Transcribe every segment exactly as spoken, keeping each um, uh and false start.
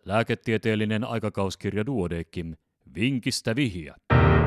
Lääketieteellinen aikakauskirja Duodeckim. Vinkistä vihja.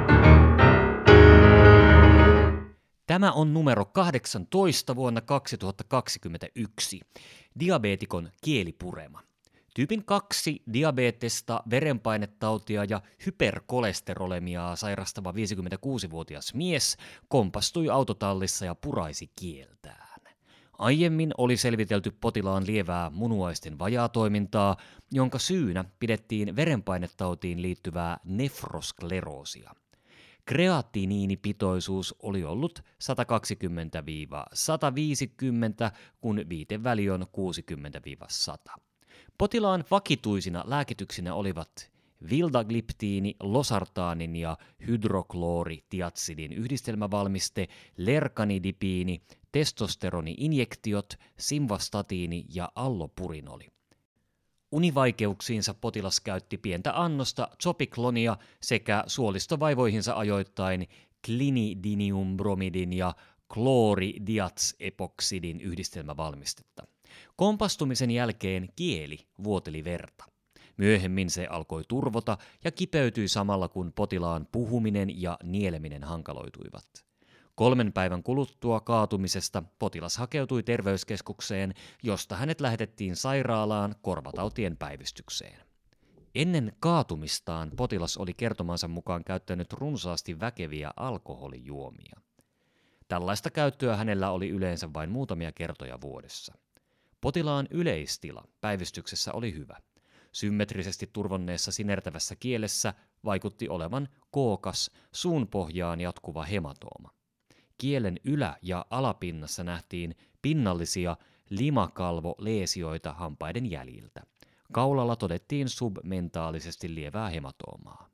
Tämä on numero kahdeksantoista vuonna kaksituhattakaksikymmentäyksi. Diabeetikon kielipurema. Tyypin kaksi diabetesta, verenpainetautia ja hyperkolesterolemiaa sairastava viisikymmentäkuusivuotias mies kompastui autotallissa ja puraisi kieltään. Aiemmin oli selvitelty potilaan lievää munuaisten vajaatoimintaa, jonka syynä pidettiin verenpainetautiin liittyvää nefroskleroosia. Kreatiniinipitoisuus oli ollut sata kaksikymmentä sata viisikymmentä, kun viiteväli on kuusikymmentä sata. Potilaan vakituisina lääkityksinä olivat vildagliptiini, losartaanin ja hydroklooritiatsidin yhdistelmävalmiste, lerkanidipiini, testosteroni-injektiot, simvastatiini ja allopurinoli. Univaikeuksiinsa potilas käytti pientä annosta zopiklonia sekä suolistovaivoihinsa ajoittain klinidiniumbromidin ja klooridiatsepoksidin yhdistelmävalmistetta. Kompastumisen jälkeen kieli vuoteli verta. Myöhemmin se alkoi turvota ja kipeytyi samalla kun potilaan puhuminen ja nieleminen hankaloituivat. Kolmen päivän kuluttua kaatumisesta potilas hakeutui terveyskeskukseen, josta hänet lähetettiin sairaalaan korvatautien päivystykseen. Ennen kaatumistaan potilas oli kertomansa mukaan käyttänyt runsaasti väkeviä alkoholijuomia. Tällaista käyttöä hänellä oli yleensä vain muutamia kertoja vuodessa. Potilaan yleistila päivystyksessä oli hyvä. Symmetrisesti turvonneessa sinertävässä kielessä vaikutti olevan kookas, suun pohjaan jatkuva hematooma. Kielen ylä- ja alapinnassa nähtiin pinnallisia limakalvoleesioita hampaiden jäljiltä. Kaulalla todettiin submentaalisesti lievää hematoomaa.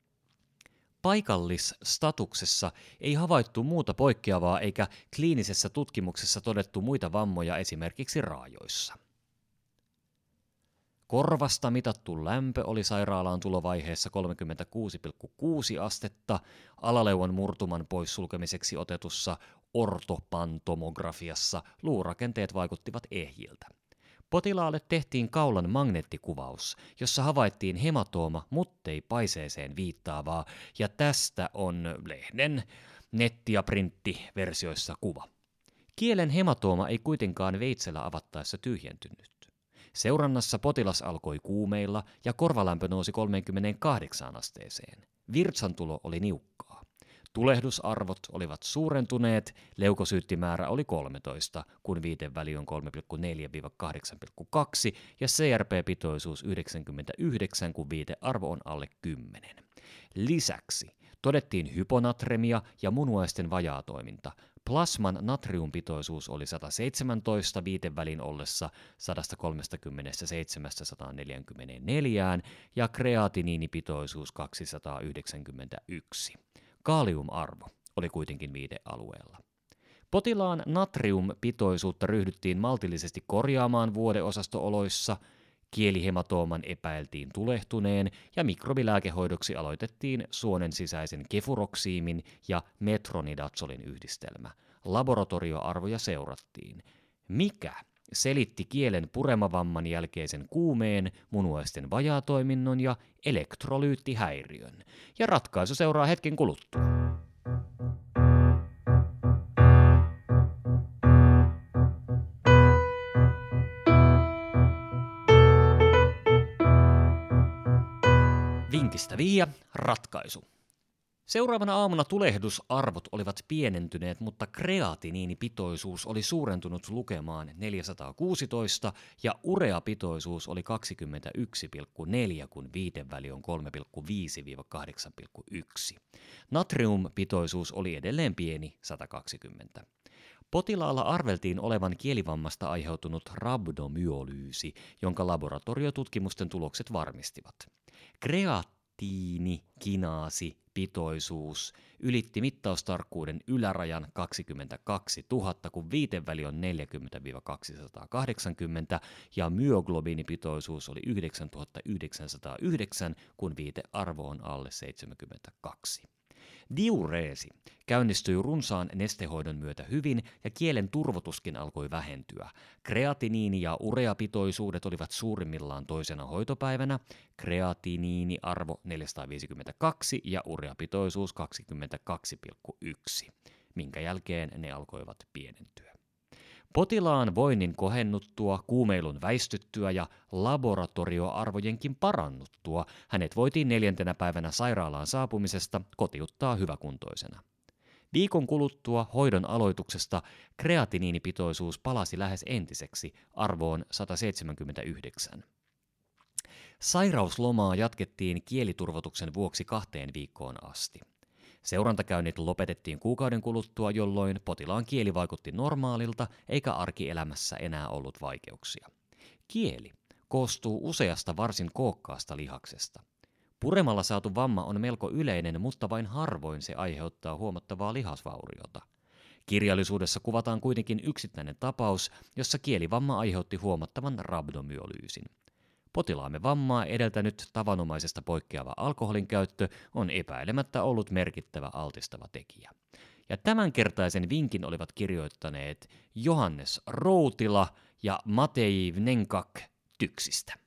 Paikallisstatuksessa ei havaittu muuta poikkeavaa eikä kliinisessä tutkimuksessa todettu muita vammoja esimerkiksi raajoissa. Korvasta mitattu lämpö oli sairaalaan tulovaiheessa kolmekymmentäkuusi pilkku kuusi astetta, alaleuan murtuman poissulkemiseksi otetussa ortopantomografiassa luurakenteet vaikuttivat ehjiltä. Potilaalle tehtiin kaulan magneettikuvaus, jossa havaittiin hematooma, muttei paiseeseen viittaavaa, ja tästä on lehden netti- ja printtiversioissa kuva. Kielen hematooma ei kuitenkaan veitsellä avattaessa tyhjentynyt. Seurannassa potilas alkoi kuumeilla ja korvalämpö nousi kolmeenkymmeneenkahdeksaan asteeseen. Virtsantulo oli niukkaa. Tulehdusarvot olivat suurentuneet, leukosyyttimäärä oli kolmetoista, kun viiteväli on kolme pilkku neljä kahdeksan pilkku kaksi ja C R P-pitoisuus yhdeksänkymmentäyhdeksän, kun viitearvo on alle kymmenen. Lisäksi todettiin hyponatremia ja munuaisten vajaatoiminta. Plasman natriumpitoisuus oli sata seitsemäntoista viitevälin ollessa sata kolmekymmentäseitsemän sata neljäkymmentäneljä ja kreatiniinipitoisuus kaksisataayhdeksänkymmentäyksi. Kaaliumarvo oli kuitenkin viitealueella. Potilaan natriumpitoisuutta ryhdyttiin maltillisesti korjaamaan vuodeosasto-oloissa, kielihematooman epäiltiin tulehtuneen ja mikrobilääkehoidoksi aloitettiin suonen sisäisen kefuroksiimin ja metronidazolin yhdistelmä. Laboratorioarvoja seurattiin. Mikä selitti kielen puremavamman jälkeisen kuumeen, munuaisten vajaatoiminnon ja elektrolyyttihäiriön? Ja ratkaisu seuraa hetken kuluttua. Vinkistä vihja, ratkaisu. Seuraavana aamuna tulehdusarvot olivat pienentyneet, mutta kreatiniinipitoisuus oli suurentunut lukemaan neljäsataakuusitoista ja ureapitoisuus oli kaksikymmentäyksi pilkku neljä, kun viiteväli on kolme pilkku viisi kahdeksan pilkku yksi. Natriumpitoisuus oli edelleen pieni, sata kaksikymmentä. Potilaalla arveltiin olevan kielivammasta aiheutunut rabdomyolyysi, jonka laboratoriotutkimusten tulokset varmistivat. Kreatiinikinaasi pitoisuus ylitti mittaustarkkuuden ylärajan kaksikymmentäkaksituhatta, kun viiteväli on neljäkymmentä kaksisataakahdeksankymmentä ja myoglobiinipitoisuus oli yhdeksäntuhatta yhdeksänsataayhdeksän, kun viitearvo on alle seitsemänkymmentäkaksi. Diureesi käynnistyi runsaan nestehoidon myötä hyvin ja kielen turvotuskin alkoi vähentyä. Kreatiniini- ja ureapitoisuudet olivat suurimmillaan toisena hoitopäivänä, kreatiniiniarvo neljäsataaviisikymmentäkaksi ja ureapitoisuus kaksikymmentäkaksi pilkku yksi, minkä jälkeen ne alkoivat pienentyä. Potilaan voinnin kohennuttua, kuumeilun väistyttyä ja laboratorioarvojenkin parannuttua hänet voitiin neljäntenä päivänä sairaalaan saapumisesta kotiuttaa hyväkuntoisena. Viikon kuluttua hoidon aloituksesta kreatiniinipitoisuus palasi lähes entiseksi arvoon sata seitsemänkymmentäyhdeksän. Sairauslomaa jatkettiin kieliturvotuksen vuoksi kahteen viikkoon asti. Seurantakäynnit lopetettiin kuukauden kuluttua, jolloin potilaan kieli vaikutti normaalilta eikä arkielämässä enää ollut vaikeuksia. Kieli koostuu useasta varsin kookkaasta lihaksesta. Puremalla saatu vamma on melko yleinen, mutta vain harvoin se aiheuttaa huomattavaa lihasvauriota. Kirjallisuudessa kuvataan kuitenkin yksittäinen tapaus, jossa kielivamma aiheutti huomattavan rabdomyolyysin. Potilaamme vammaa edeltänyt tavanomaisesta poikkeava alkoholin käyttö on epäilemättä ollut merkittävä altistava tekijä. Ja tämänkertaisen vinkin olivat kirjoittaneet Johannes Routila ja Matei Vnenkak Tyksistä.